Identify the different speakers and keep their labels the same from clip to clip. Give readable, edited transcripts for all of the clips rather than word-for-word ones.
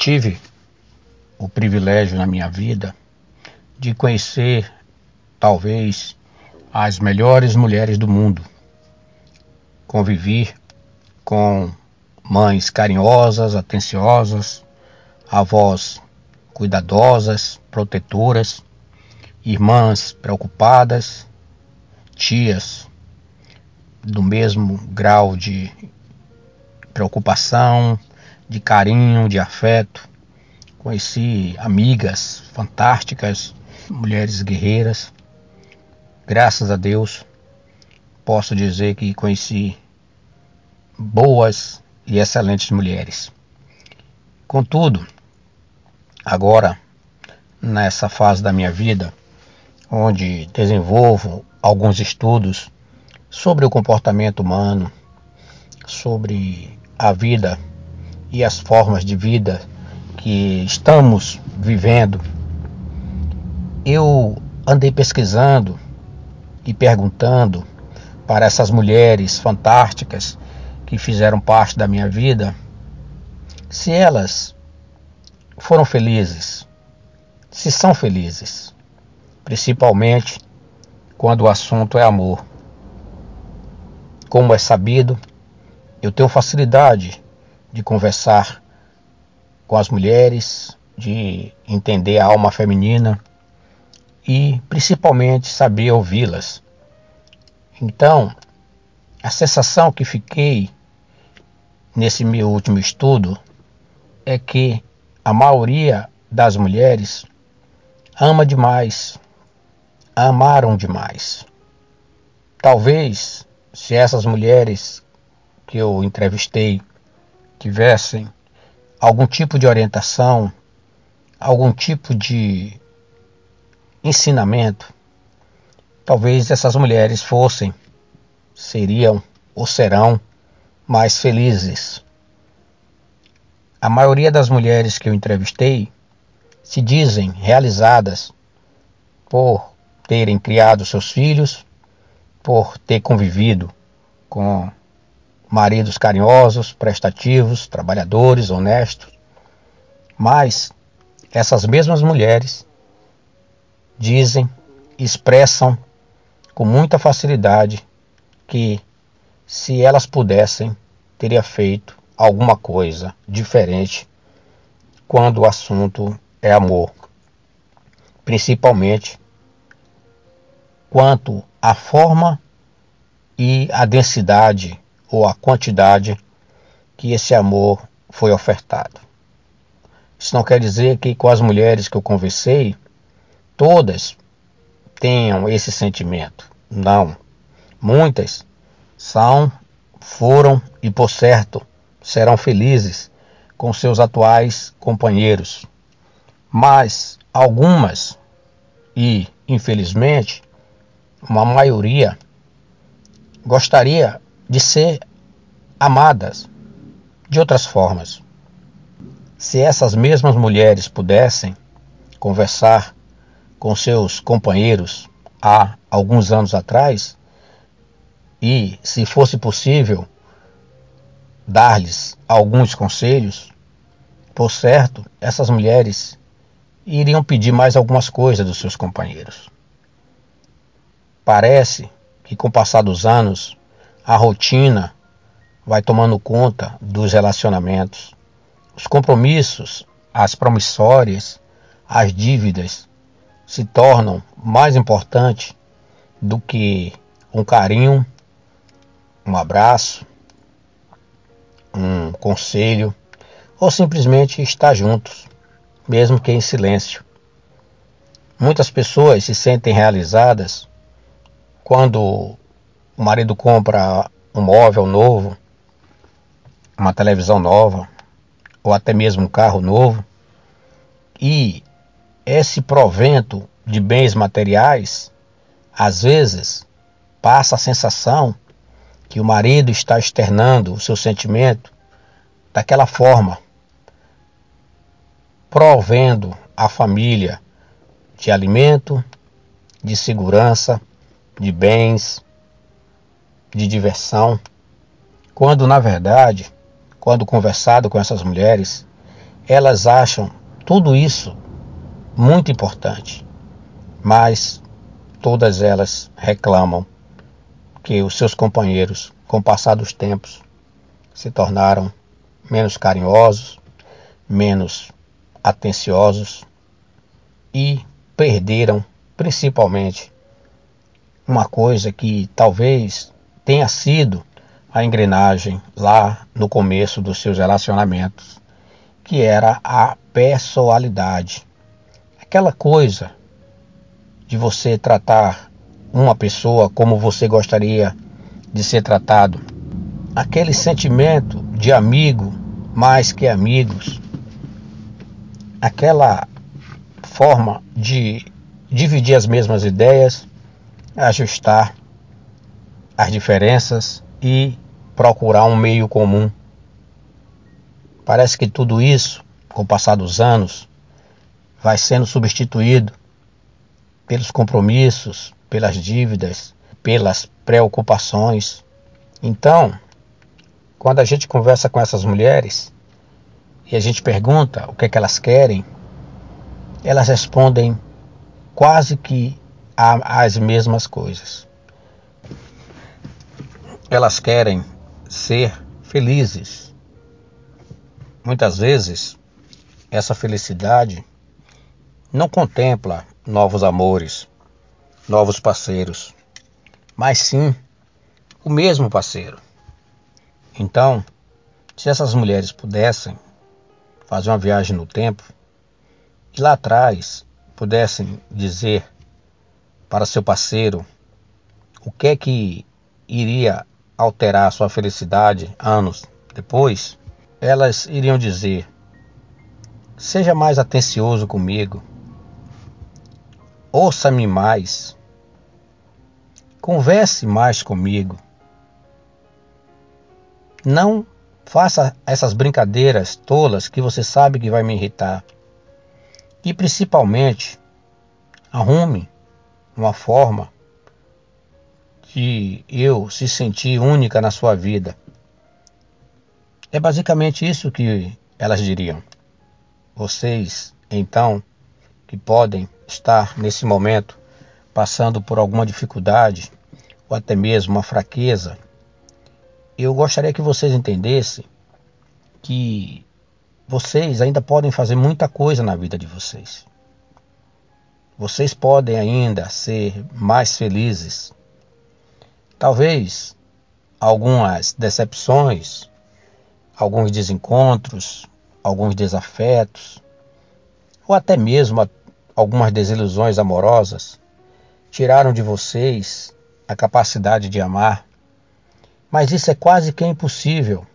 Speaker 1: tive o privilégio na minha vida de conhecer, talvez, as melhores mulheres do mundo. Convivi com mães carinhosas, atenciosas, avós cuidadosas, protetoras, irmãs preocupadas, tias do mesmo grau de preocupação, de carinho, de afeto. Conheci amigas fantásticas, mulheres guerreiras. Graças a Deus, posso dizer que conheci boas e excelentes mulheres. Contudo, agora, nessa fase da minha vida, onde desenvolvo alguns estudos sobre o comportamento humano, sobre a vida e as formas de vida que estamos vivendo, eu andei pesquisando e perguntando para essas mulheres fantásticas que fizeram parte da minha vida, se elas foram felizes, se são felizes, principalmente quando o assunto é amor. Como é sabido, eu tenho facilidade de conversar com as mulheres, de entender a alma feminina e principalmente saber ouvi-las. Então, a sensação que fiquei nesse meu último estudo é que a maioria das mulheres ama demais, amaram demais. Talvez, se essas mulheres que eu entrevistei tivessem algum tipo de orientação, algum tipo de ensinamento, talvez essas mulheres seriam ou serão mais felizes. A maioria das mulheres que eu entrevistei se dizem realizadas por terem criado seus filhos, por ter convivido com maridos carinhosos, prestativos, trabalhadores, honestos. Mas essas mesmas mulheres dizem, expressam com muita facilidade que, se elas pudessem, teria feito alguma coisa diferente quando o assunto é amor, principalmente quanto à forma e a densidade ou a quantidade que esse amor foi ofertado. Isso não quer dizer que com as mulheres que eu conversei, todas tenham esse sentimento. Não. Muitas foram e por certo serão felizes com seus atuais companheiros. Mas algumas, e infelizmente uma maioria, gostaria de ser amadas de outras formas. Se essas mesmas mulheres pudessem conversar com seus companheiros há alguns anos atrás, e se fosse possível dar-lhes alguns conselhos, por certo, essas mulheres iriam pedir mais algumas coisas dos seus companheiros. Parece que com o passar dos anos, a rotina vai tomando conta dos relacionamentos. Os compromissos, as promissórias, as dívidas se tornam mais importantes do que um carinho, um abraço, um conselho ou simplesmente estar juntos, mesmo que em silêncio. Muitas pessoas se sentem realizadas quando o marido compra um móvel novo, uma televisão nova, ou até mesmo um carro novo, e esse provento de bens materiais, às vezes, passa a sensação que o marido está externando o seu sentimento daquela forma, provendo a família de alimento, de segurança, de bens, de diversão, quando na verdade, quando conversado com essas mulheres, elas acham tudo isso muito importante, mas todas elas reclamam que os seus companheiros, com o passar dos tempos, se tornaram menos carinhosos, menos atenciosos e perderam principalmente uma coisa que talvez tenha sido a engrenagem lá no começo dos seus relacionamentos, que era a pessoalidade. Aquela coisa de você tratar uma pessoa como você gostaria de ser tratado. Aquele sentimento de amigo mais que amigos. Aquela forma de dividir as mesmas ideias, ajustar as diferenças e procurar um meio comum. Parece que tudo isso, com o passar dos anos, vai sendo substituído pelos compromissos, pelas dívidas, pelas preocupações. Então, quando a gente conversa com essas mulheres e a gente pergunta o que é que elas querem, elas respondem quase que as mesmas coisas. Elas querem ser felizes. Muitas vezes, essa felicidade não contempla novos amores, novos parceiros, mas sim o mesmo parceiro. Então, se essas mulheres pudessem fazer uma viagem no tempo e lá atrás pudessem dizer para seu parceiro o que é que iria alterar a sua felicidade anos depois, elas iriam dizer: seja mais atencioso comigo, ouça-me mais, converse mais comigo, não faça essas brincadeiras tolas que você sabe que vai me irritar. E principalmente, arrume uma forma de eu se sentir única na sua vida. É basicamente isso que elas diriam. Vocês, então, que podem estar nesse momento passando por alguma dificuldade ou até mesmo uma fraqueza, eu gostaria que vocês entendessem que vocês ainda podem fazer muita coisa na vida de vocês. Vocês podem ainda ser mais felizes. Talvez algumas decepções, alguns desencontros, alguns desafetos, ou até mesmo algumas desilusões amorosas tiraram de vocês a capacidade de amar. Mas isso é quase que impossível.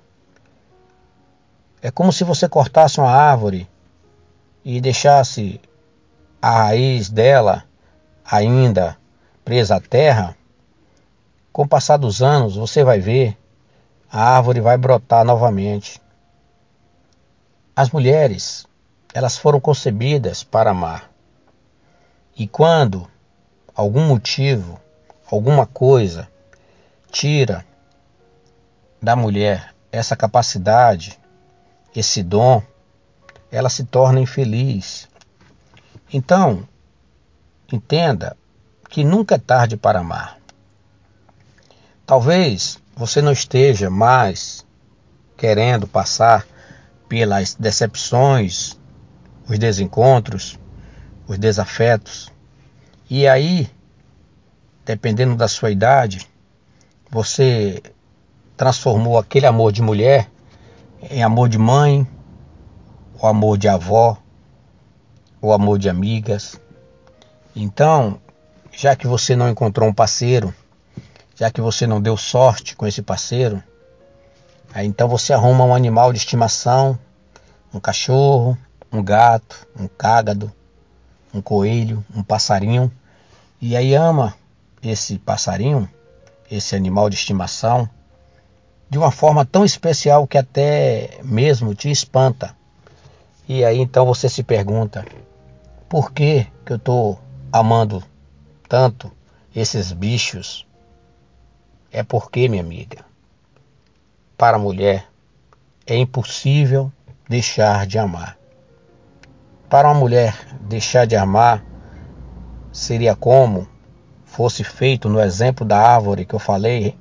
Speaker 1: É como se você cortasse uma árvore e deixasse a raiz dela ainda presa à terra. Com o passar dos anos, você vai ver, a árvore vai brotar novamente. As mulheres, elas foram concebidas para amar. E quando algum motivo, alguma coisa tira da mulher essa capacidade, esse dom, ela se torna infeliz. Então, entenda que nunca é tarde para amar. Talvez você não esteja mais querendo passar pelas decepções, os desencontros, os desafetos. E aí, dependendo da sua idade, você transformou aquele amor de mulher em amor de mãe, o amor de avó, o amor de amigas. Então, já que você não encontrou um parceiro, já que você não deu sorte com esse parceiro, aí então você arruma um animal de estimação, um cachorro, um gato, um cágado, um coelho, um passarinho, e aí ama esse passarinho, esse animal de estimação, de uma forma tão especial que até mesmo te espanta. E aí então você se pergunta: por que eu estou amando tanto esses bichos? É porque, minha amiga, para a mulher é impossível deixar de amar. Para uma mulher deixar de amar seria como fosse feito no exemplo da árvore que eu falei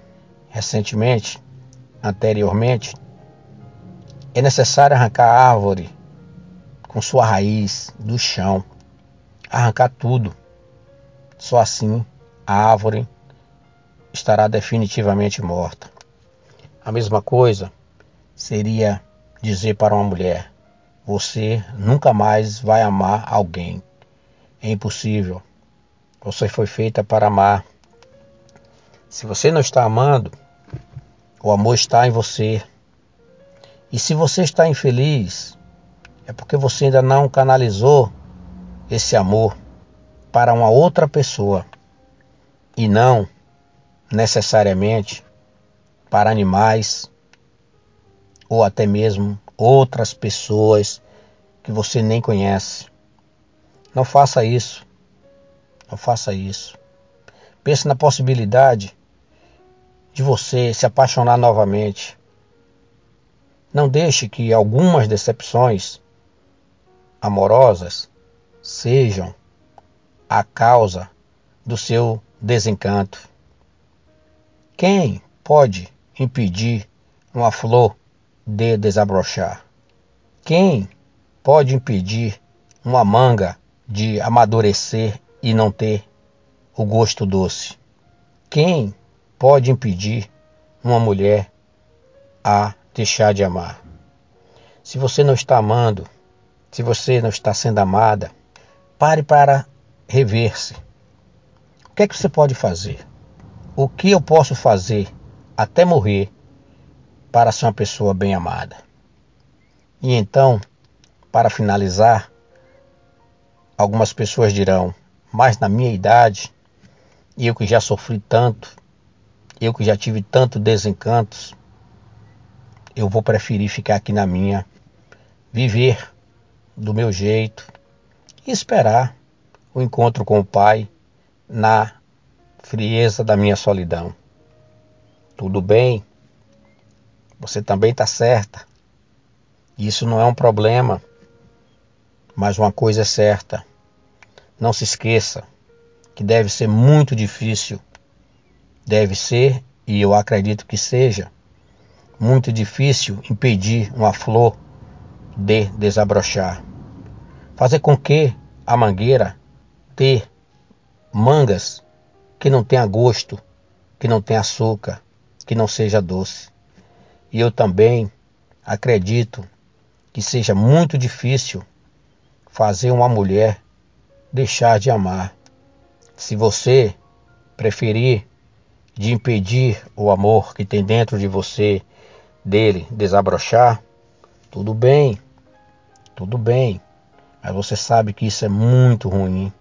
Speaker 1: anteriormente. É necessário arrancar a árvore com sua raiz do chão, arrancar tudo. Só assim a árvore estará definitivamente morta. A mesma coisa seria dizer para uma mulher: você nunca mais vai amar alguém. É impossível. Você foi feita para amar. Se você não está amando, o amor está em você. E se você está infeliz, é porque você ainda não canalizou esse amor para uma outra pessoa e não necessariamente para animais ou até mesmo outras pessoas que você nem conhece. Não faça isso. Não faça isso. Pense na possibilidade de você se apaixonar novamente. Não deixe que algumas decepções amorosas sejam a causa do seu desencanto. Quem pode impedir uma flor de desabrochar? Quem pode impedir uma manga de amadurecer e não ter o gosto doce? Quem pode impedir uma mulher a deixar de amar? Se você não está amando, se você não está sendo amada, pare para rever-se. O que é que você pode fazer? O que eu posso fazer até morrer para ser uma pessoa bem amada? E então, para finalizar, algumas pessoas dirão: mas na minha idade, eu que já sofri tanto, eu que já tive tantos desencantos, eu vou preferir ficar aqui na minha, viver do meu jeito e esperar o encontro com o Pai na frieza da minha solidão. Tudo bem, você também está certa. Isso não é um problema, mas uma coisa é certa. Não se esqueça que deve ser muito difícil, deve ser, e eu acredito que seja, muito difícil impedir uma flor de desabrochar. Fazer com que a mangueira dê mangas que não tenha gosto, que não tenha açúcar, que não seja doce. E eu também acredito que seja muito difícil fazer uma mulher deixar de amar. Se você preferir de impedir o amor que tem dentro de você dele desabrochar, tudo bem, tudo bem. Mas você sabe que isso é muito ruim.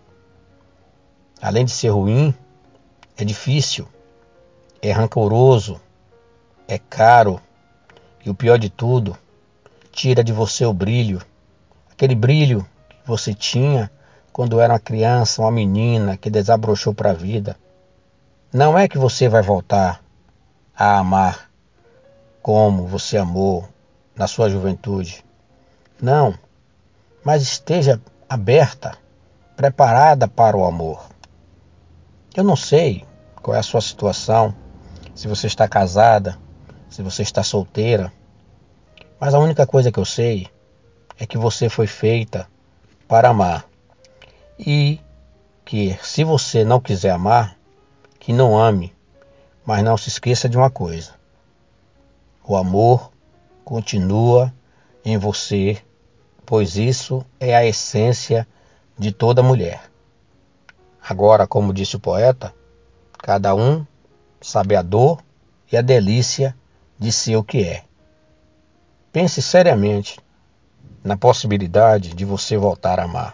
Speaker 1: Além de ser ruim, é difícil, é rancoroso, é caro e o pior de tudo, tira de você o brilho. Aquele brilho que você tinha quando era uma criança, uma menina que desabrochou para a vida. Não é que você vai voltar a amar como você amou na sua juventude. Não, mas esteja aberta, preparada para o amor. Eu não sei qual é a sua situação, se você está casada, se você está solteira, mas a única coisa que eu sei é que você foi feita para amar. E que se você não quiser amar, que não ame, mas não se esqueça de uma coisa: o amor continua em você, pois isso é a essência de toda mulher. Agora, como disse o poeta, cada um sabe a dor e a delícia de ser o que é. Pense seriamente na possibilidade de você voltar a amar.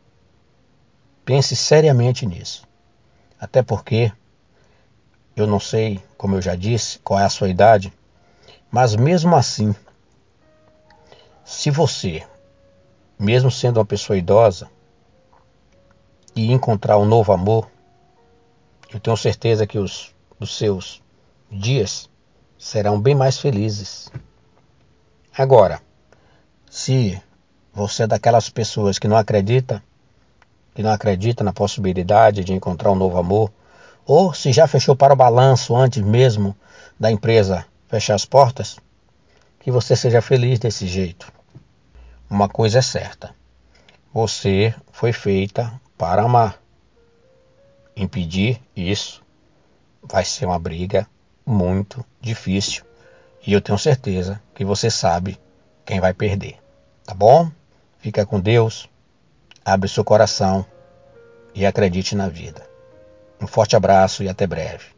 Speaker 1: Pense seriamente nisso. Até porque eu não sei, como eu já disse, qual é a sua idade, mas mesmo assim, se você, mesmo sendo uma pessoa idosa, e encontrar um novo amor, eu tenho certeza que os seus dias serão bem mais felizes. Agora, se Você é daquelas pessoas que não acredita na possibilidade de encontrar um novo amor, ou se já fechou para o balanço antes mesmo da empresa fechar as portas, que você seja feliz desse jeito. Uma coisa é certa, você foi feita para amar. Impedir isso vai ser uma briga muito difícil. E eu tenho certeza que você sabe quem vai perder. Tá bom? Fica com Deus, abre seu coração e acredite na vida. Um forte abraço e até breve.